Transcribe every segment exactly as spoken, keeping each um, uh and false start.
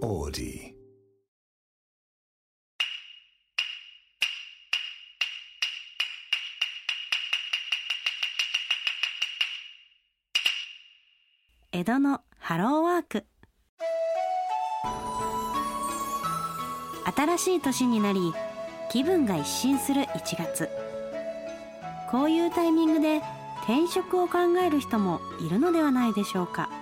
オーディ。 江戸のハローワーク。新しい年になり、気分が一新するいちがつ。こういうタイミングで転職を考える人もいるのではないでしょうか。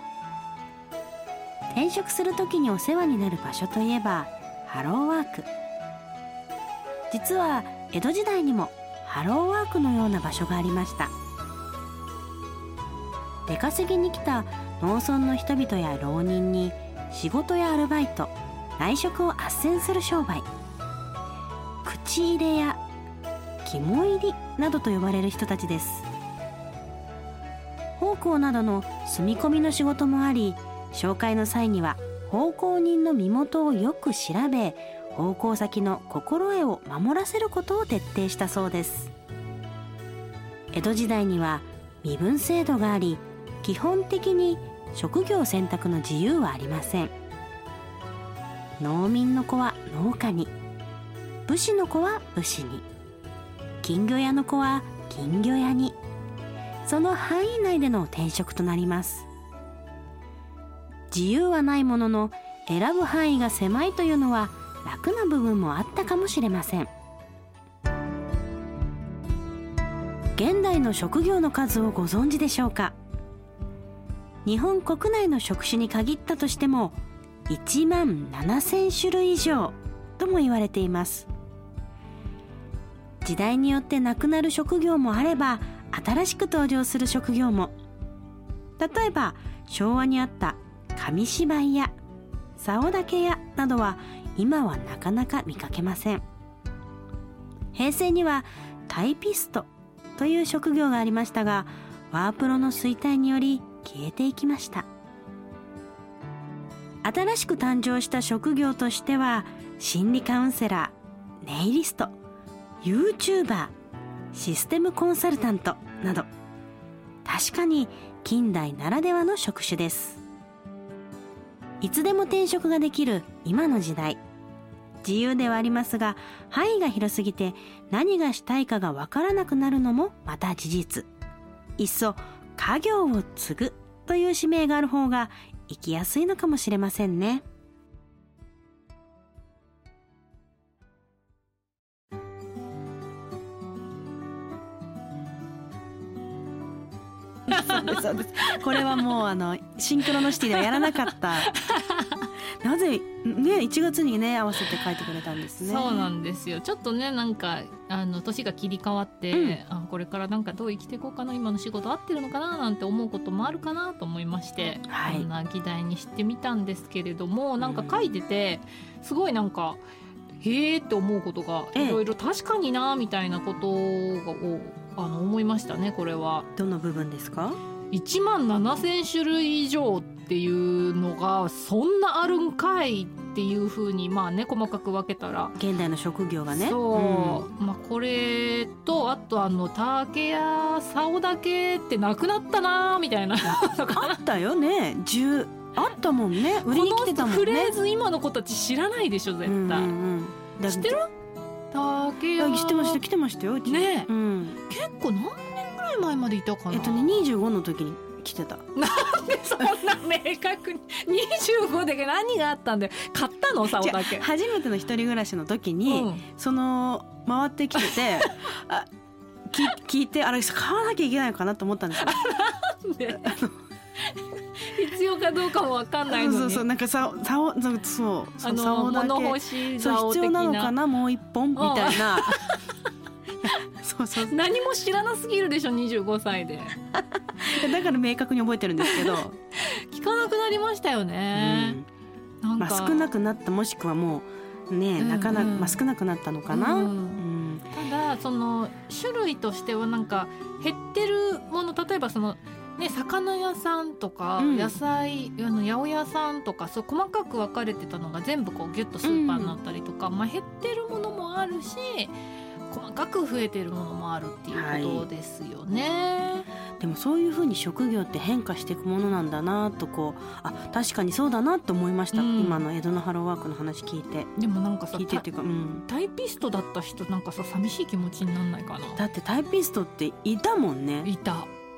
転職するときにお世話になる場所といえばハローワーク。実は江戸時代にもハローワークのような場所がありました。出稼ぎに来た農村の人々や浪人に仕事やアルバイト、内職を斡旋する商売、口入れや肝入りなどと呼ばれる人たちです。奉公などの住み込みの仕事もあり、紹介の際には奉公人の身元をよく調べ、奉公先の心得を守らせることを徹底したそうです。江戸時代には身分制度があり、基本的に職業選択の自由はありません。農民の子は農家に、武士の子は武士に、金魚屋の子は金魚屋に、その範囲内での転職となります。自由はないものの、選ぶ範囲が狭いというのは楽な部分もあったかもしれません。現代の職業の数をご存知でしょうか。日本国内の職種に限ったとしてもいちまんななせんしゅるい以上とも言われています。時代によってなくなる職業もあれば、新しく登場する職業も。例えば昭和にあった紙芝居や竿竹屋などは今はなかなか見かけません。平成にはタイピストという職業がありましたが、ワープロの衰退により消えていきました。新しく誕生した職業としては、心理カウンセラー、ネイリスト、YouTuber、システムコンサルタントなど、確かに近代ならではの職種です。いつでも転職ができる今の時代、自由ではありますが、範囲が広すぎて何がしたいかがわからなくなるのもまた事実。いっそ家業を継ぐという使命がある方が生きやすいのかもしれませんね。そうですそうです。これはもうあのシンクロノシティではやらなかったなぜねいちがつにね合わせて書いてくれたんですね。 そうなんですよ。ちょっとねなんかあの年が切り替わって、うん、あこれからなんかどう生きていこうかな、今の仕事合ってるのかななんて思うこともあるかなと思いまして、はい、こんな議題にしてみたんですけれども、なんか書いててすごいなんかへーって思うことがいろいろ確かになみたいなことをあの思いましたね。これはどの部分ですか？ いちまんななせんしゅるい以上っていうのがそんなあるんかいっていう風にまあね細かく分けたら現代の職業がね、 そう、うん、まあこれとあとあの竹や竿だけってなくなったなみたいなあったよね。じゅうあったもんね。売りに来てたもんね。 このフレーズ今の子たち知らないでしょ絶対、うんうんうん、知ってる？竹や知ってました。来てましたようちね、 うん、 結構何年ぐらい前までいたかな。 えっとねにじゅうごの時に来てた。 なんでそんな明確ににじゅうごで何があったんだよ。買ったの竿だけ。 初めての一人暮らしの時に、うん、その回ってきててあき聞いてあれ買わなきゃいけないのかなと思ったんですよ。 なんで必要かどうかも分かんないのに。 そうそうなんかさ竿そうそうあの竿だけ物干し竿的な必要なのかなもう一本みたいな。そうそう何も知らなすぎるでしょにじゅうごさいで。 だから明確に覚えてるんですけど聞かなくなりましたよね、 うん、なんか、まあ、少なくなったもしくはもうね、うんうん、なかなか、まあ、少なくなったのかな、うんうん、 ただその種類としてはなんか減ってるもの、例えばそのね、魚屋さんとか野菜、うん、あの八百屋さんとかそう細かく分かれてたのが全部こうギュッとスーパーになったりとか、うんまあ、減ってるものもあるし細かく増えてるものもあるっていうことですよね、 はでもそういうふうに職業って変化していくものなんだなとこうあ確かにそうだなと思いました、うん、今の江戸のハローワークの話聞いて。 でもなんかさ聞いてっていうか、うん、 タイピストだった人なんかさ寂しい気持ちになんないかな。 だってタイピストっていたもんね。 いた、うん、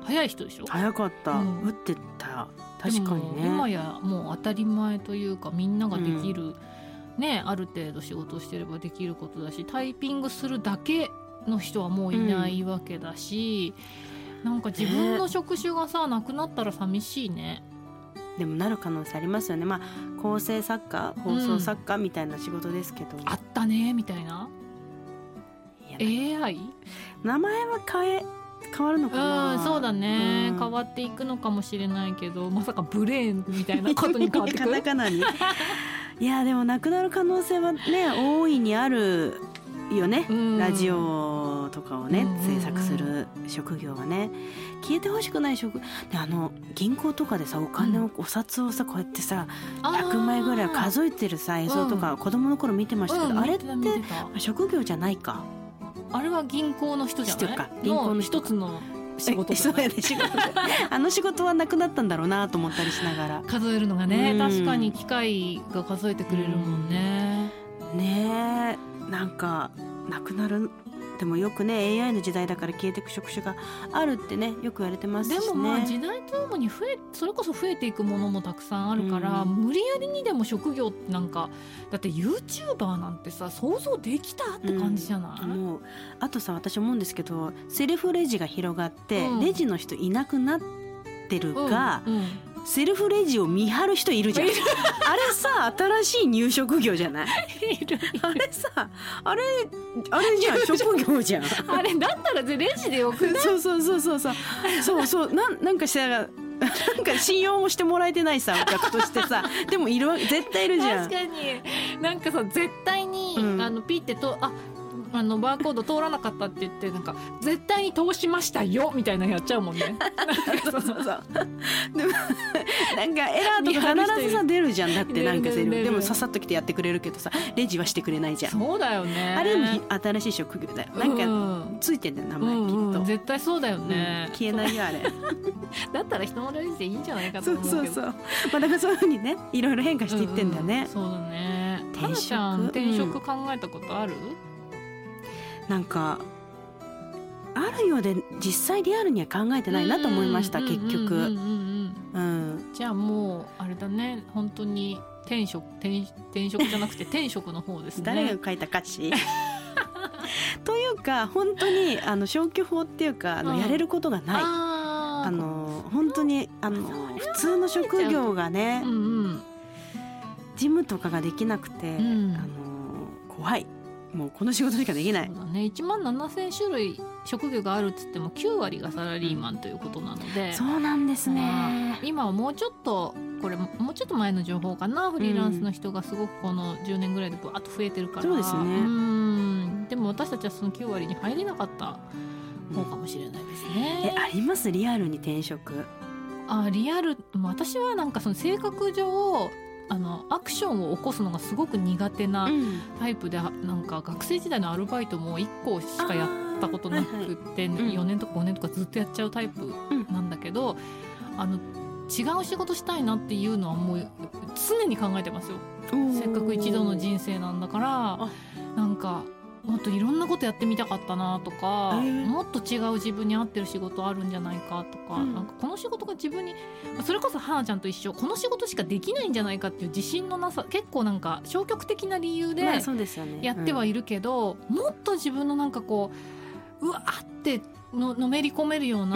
早い人でしょ。 早かった、うん、打ってた。確かにね。 今やもう当たり前というかみんなができる、うんね、ある程度仕事をしてればできることだしタイピングするだけの人はもういないわけだし、うん、なんか自分の職種がさ、ね、なくなったら寂しいね。 でもなる可能性ありますよね。まあ構成作家放送作家みたいな仕事ですけど、うん、 あったねみたいな。エーアイ名前は変え変わるのかな。 うんそうだね、うん、変わっていくのかもしれないけどまさかブレーンみたいなことに変わってくるカタカナにいやでもなくなる可能性はね大いにあるよね、うん、ラジオとかをね、うん、制作する職業はね消えてほしくない職であの銀行とかでさお金を、うん、お札をさこうやってさひゃくまいぐらい数えてるさ映像とか、うん、子供の頃見てましたけど、うん、あれって職業じゃないか。 あれは銀行の人じゃないか銀行の一つの仕事じゃない。 そうやね仕事あの仕事はなくなったんだろうなと思ったりしながら数えるのがね、うん、確かに機械が数えてくれるもんね、 うん、ねえなんかなくなるでもよくね エーアイ の時代だから消えていく職種があるってねよく言われてますしね。 でもまあ時代とともに増えそれこそ増えていくものもたくさんあるから、うん、無理やりにでも職業ってなんかだって YouTuber なんてさ想像できたって感じじゃない、うん、もうあとさ私思うんですけどセルフレジが広がって、うん、レジの人いなくなってるが、うんうんセルフレジを見張る人いるじゃん。あれさ新しい入職業じゃないいるいるあれさあれあれじゃん職業じゃんあれだったらレジでよくないそうそうそうそうそうそうそうななんかしたらなんか信用もしてもらえてないさお客としてさでもいる絶対いるじゃん。 確かになんかさ絶対に、うん、あのピッてとああのバーコード通らなかったって言ってなんか絶対に通しましたよみたいなのやっちゃうもんねそうそうそうでもなんかエラーとか必ずさ出るじゃん。だってなんかセルフでもささっと来てやってくれるけどさレジはしてくれないじゃん。 そうだよね。 あれも新しい職業だよ。なんかついてんだよ名前、うん、きっと、 うん、絶対そうだよね、 うん、消えないよあれだったら人のレジでいいんじゃないかと思うけどそうそうそう、まあ、だからそういう風にねいろいろ変化していってんだね、 うんうん、そうだね。転職、転職考えたことある？ うん、なんかあるようで実際リアルには考えてないなと思いました結局。 じゃあもうあれだね本当に転職 転, 転職じゃなくて転職の方ですね誰が書いた歌詞というか本当にあの消去法っていうかあの、うん、やれることがない。ああの本当にあの普通の職業がね、うんうん、事務とかができなくて、うん、あの怖い。もうこの仕事しかできない。 そうだね、いちまんななせん種類職業があるっつってもきゅうわりがサラリーマンということなので。 そうなんですね、 まあ、今はもうちょっとこれもうちょっと前の情報かなフリーランスの人がすごくこのじゅうねんぐらいでバーッと増えてるから。 そうですね。 うんでも私たちはそのきゅうわりに入れなかった方かもしれないですね。 えありますリアルに転職？ あリアル私はなんかその性格上あのアクションを起こすのがすごく苦手なタイプで、うん、なんか学生時代のアルバイトもいっこしかやったことなくて、はいはい、よねんとかごねんとかずっとやっちゃうタイプなんだけど、うん、あの違う仕事したいなっていうのはもう常に考えてますよ。せっかく一度の人生なんだからなんかもっといろんなことやってみたかったなとか、もっと違う自分に合ってる仕事あるんじゃないかとか、うん、なんかこの仕事が自分にそれこそ花ちゃんと一緒この仕事しかできないんじゃないかっていう自信のなさ結構なんか消極的な理由でやってはいるけど、まあねうん、もっと自分のなんかこううわーってののめり込めるような、うん、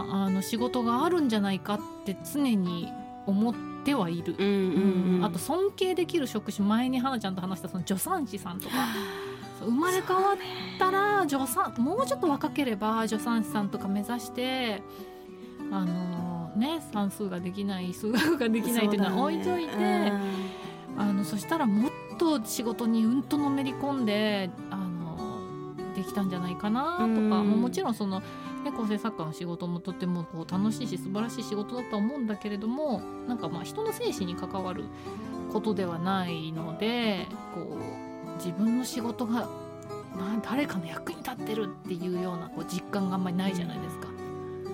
あの仕事があるんじゃないかって常に思ってはいる、うんうんうん、あと尊敬できる職種前に花ちゃんと話したその助産師さんとか生まれ変わったら助産もうちょっと若ければ助産師さんとか目指してあの、ね、算数ができない数学ができないっていうのは置いといて そ,、ね、あのそしたらもっと仕事にうんとのめり込んであのできたんじゃないかなとか、も, もちろんその、ね、構成作家の仕事もとてもこう楽しいし素晴らしい仕事だと思うんだけれどもなんかまあ人の生死に関わることではないのでこう自分の仕事が誰かの役に立ってるっていうようなこう実感があんまりないじゃないですか。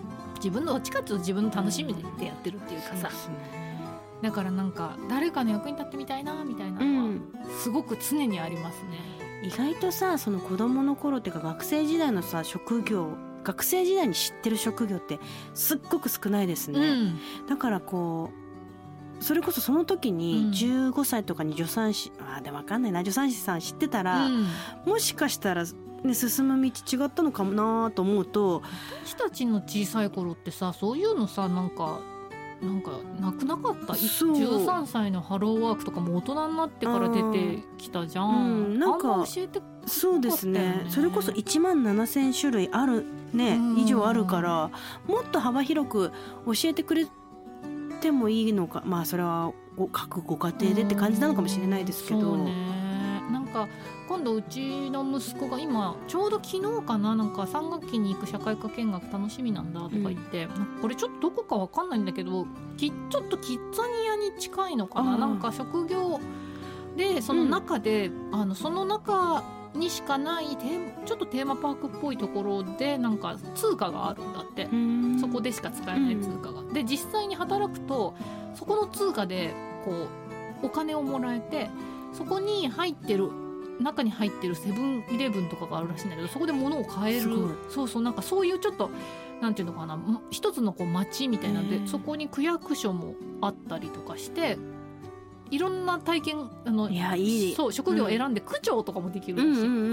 自分のどっちかっていうと自分の楽しみでやってるっていうかさ、うん、だからなんか誰かの役に立ってみたいなみたいなのはすごく常にありますね、 うん、意外とさその子供の頃っていうか学生時代のさ職業学生時代に知ってる職業ってすっごく少ないですね、うん、だからこうそれこそその時にじゅうごさいとかに助産師、うん、あでも分かんないな助産師さん知ってたら、うん、もしかしたら、ね、進む道違ったのかもなと思うと私たちの小さい頃ってさそういうのさなんかなんかなくなかったじゅうさんさいのハローワークとかも大人になってから出てきたじゃん、うん、なんかあんま教えてくれなかったよね。 そうですねそれこそいちまんななせん種類あるね、うん、以上あるからもっと幅広く教えてくれてもいいのかまあそれは各ご家庭でって感じなのかもしれないですけど、 そうねなんか今度うちの息子が今ちょうど昨日かななんかさん学期に行く社会科見学楽しみなんだとか言って、うん、なんかこれちょっとどこか分かんないんだけどきちょっとキッザニアに近いのかななんか職業でその中で、うん、あのその中にしかないテーちょっとテーマパークっぽいところでなんか通貨があるんだってそこでしか使えない通貨が、うん、で実際に働くとそこの通貨でこうお金をもらえてそこに入ってる中に入ってるセブンイレブンとかがあるらしいんだけどそこで物を買えるそうそうなんかそういうちょっとなんていうのかな一つのこう街みたいなのでそこに区役所もあったりとかしていろんな体験あのいやいいそう職業を選んで区長とかもできるらしい、うんうんうんうん、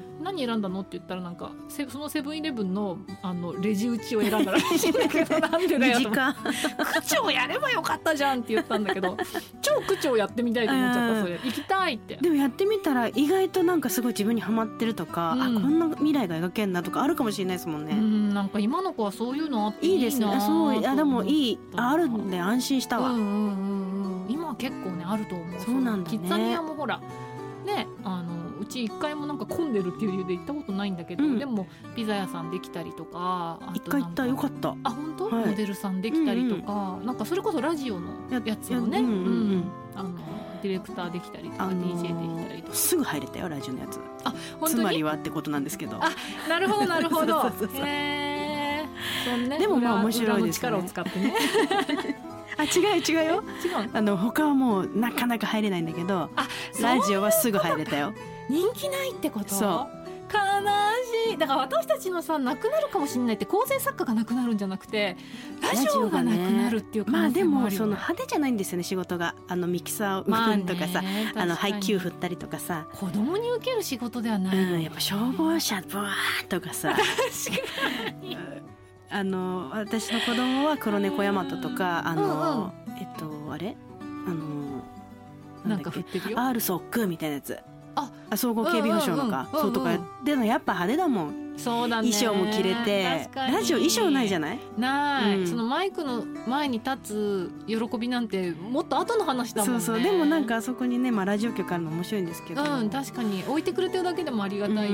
何選んだのって言ったらなんかそのセブンイレブン の, あのレジ打ちを選んだらしいんだけどなんでだよと区長やればよかったじゃんって言ったんだけど超区長やってみたいと思っちゃったそれ行きたいってでもやってみたら意外となんかすごい自分にハマってるとか、うん、あこんな未来が描けんなとかあるかもしれないですもんね、うん、 なんか今の子はそういうのあっていいないいですねそういやでもいいあるんで安心したわ、うんうんうんうん、今は結構ねあると思うそうなんだねキッザニアもほらねあのうち一回もなんか混んでるっていう理由で行ったことないんだけど、うん、でもピザ屋さんできたりとか一回行ったよかったあ本当、はい、モデルさんできたりとか、うんうん、なんかそれこそラジオのやつをね、うんうんうん、あのディレクターできたりとか、あのー、ディージェー できたりとかすぐ入れたよラジオのやつあ本当につまりはってことなんですけどあなるほどなるほどそうそうそうそうへー、ね、 でもまあ面白いですね裏の力を使ってねあ違う違うよ違うあの他はもうなかなか入れないんだけどラジオはすぐ入れたよ人気ないってことそう悲しいだから私たちのさなくなるかもしれないって構成作家がなくなるんじゃなくてラジオがなくなるっていう可能性もあるよね、まあでもその派手じゃないんですよね仕事があのミキサーを打つとかさ、まあね、あの配給振ったりとかさ子供に受ける仕事ではない、 うん、やっぱ消防車ブワーとかさ確かにあの私の子供は黒猫ヤマトとかあの、うんうん、えっとあれあのなんか振ってるよアール ソックみたいなやつあ総合警備保障のか、うんうんうん、そうとかでもやっぱ派手だもんそうだね衣装も着れてラジオ衣装ないじゃないない、うん、そのマイクの前に立つ喜びなんてもっと後の話だもんねそうそうでもなんかあそこにね、まあ、ラジオ局あるの面白いんですけどうん確かに置いてくれてるだけでもありがたいよね、うん、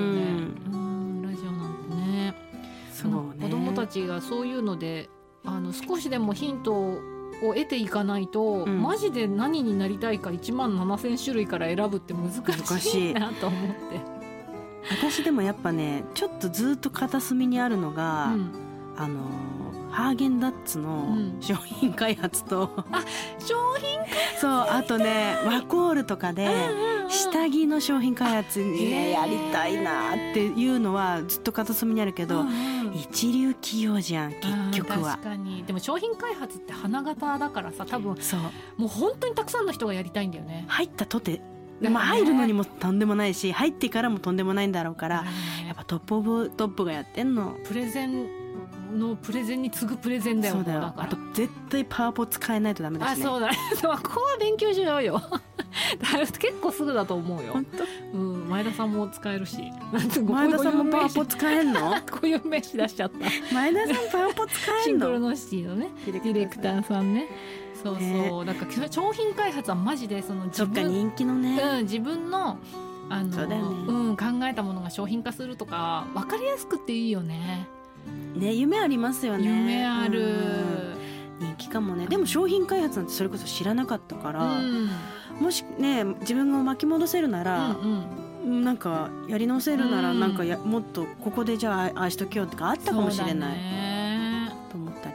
ラジオなんてねそうね子供たちがそういうのであの少しでもヒントをを得ていかないと、うん、マジで何になりたいかいちまんななせん種類から選ぶって難しいなと思って私でもやっぱねちょっとずっと片隅にあるのが、うん、あのハーゲンダッツの商品開発と、うん、 あ商品開発そうあとねワコールとかで下着の商品開発に、ね、やりたいなっていうのはずっと片隅にあるけど、うんうん、一流企業じゃん結局は確かにでも商品開発って花形だからさ多分そうもう本当にたくさんの人がやりたいんだよね入ったとてまあ、入るのにもとんでもないし入ってからもとんでもないんだろうから、やっぱトップオブトップがやってんのプレゼンのプレゼンに次ぐプレゼンだよそうだよだからあと絶対パワポ使えないとダメだしねあそうだここは勉強しようよ結構すぐだと思うよ本当、 うん、前田さんも使えるし前田さんもパワポ使えんのこういう名詞出しちゃった前田さんパワポ使えんのシンクロノシティのねディレクターさんねそうそう、ね、なんか商品開発はマジでその自分そっか人気のね、 うん、自分のあのそうだよね、 うん、考えたものが商品化するとか分かりやすくていいよねね夢ありますよね夢ある、うん、 人気かもねでも商品開発なんてそれこそ知らなかったから、うん、もしね自分を巻き戻せるなら、うんうん、なんかやり直せるならなんかやもっとここでじゃあああしとけよとかあったかもしれないと思ったり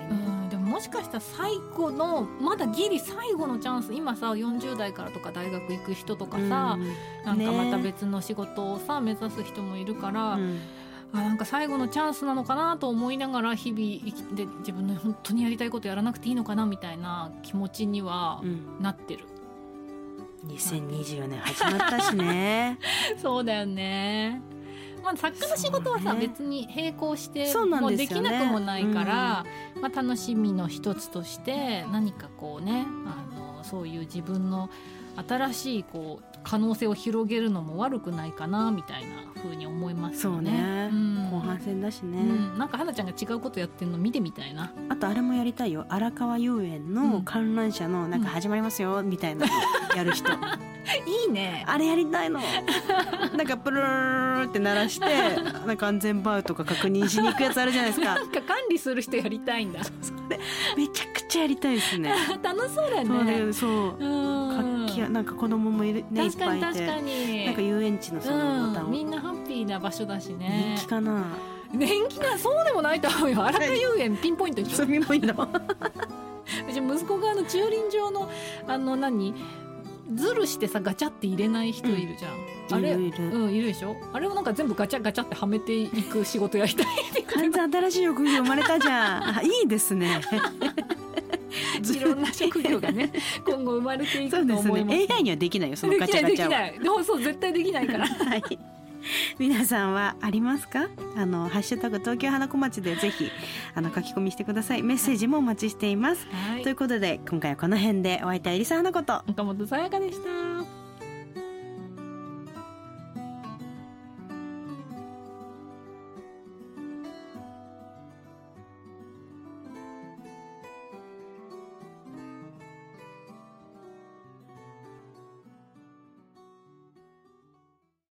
もしかしたら最後のまだギリ最後のチャンス、今さよんじゅう代からとか大学行く人とかさ、うん、なんかまた別の仕事をさ目指す人もいるから、うん、あなんか最後のチャンスなのかなと思いながら日々生きて、自分の本当にやりたいことやらなくていいのかなみたいな気持ちにはなってる、 うん、にせんにじゅうよねん始まったしねそうだよね。まあ、作家の仕事はさ、ね、別に並行してもうできなくもないから、うんまあ、楽しみの一つとして何かこうね、あのそういう自分の新しいこう可能性を広げるのも悪くないかなみたいな風に思いますよね。 そうね、うん、後半戦だしね、うん、 なんか花ちゃんが違うことやってるの見てみたいな。 あとあれもやりたいよ、荒川遊園の観覧車のなんか始まりますよみたいなのやる人、うん、 いいね、 あれやりたいのなんかプルーって鳴らしてなんか安全バーとか確認しに行くやつあるじゃないですかなんか管理する人やりたいんだ。それめちゃくちゃやりたいですね楽しそうだよね。 そう、うん活気なんか子供もいる、ね、いっぱいいて、確かになんか遊園地のそのボタンを、 うん、みんなハッピーな場所だしね。 人気かな。 人気な、そうでもないと思うよ。荒川遊園ピンポイントでしょ。 ピンポイント息子があの駐輪場のあの何ズルしてさガチャって入れない人いるじゃん、うん、あれいるいる、 うん、いるでしょ。あれをなんか全部ガチャガチャってはめていく仕事やりたい完全新しい職業生まれたじゃんあいいですねいろんな職業がね今後生まれていくと思います。 そうですね、エーアイ にはできないよそのガチャガチャは。 できないできない、でもそう絶対できないから、 はい、皆さんはありますか？あのハッシュタグ東京花子町でぜひあの書き込みしてください。メッセージもお待ちしています、はい、ということで今回はこの辺でお会いいたいえりさ花子と岡本さやかでした。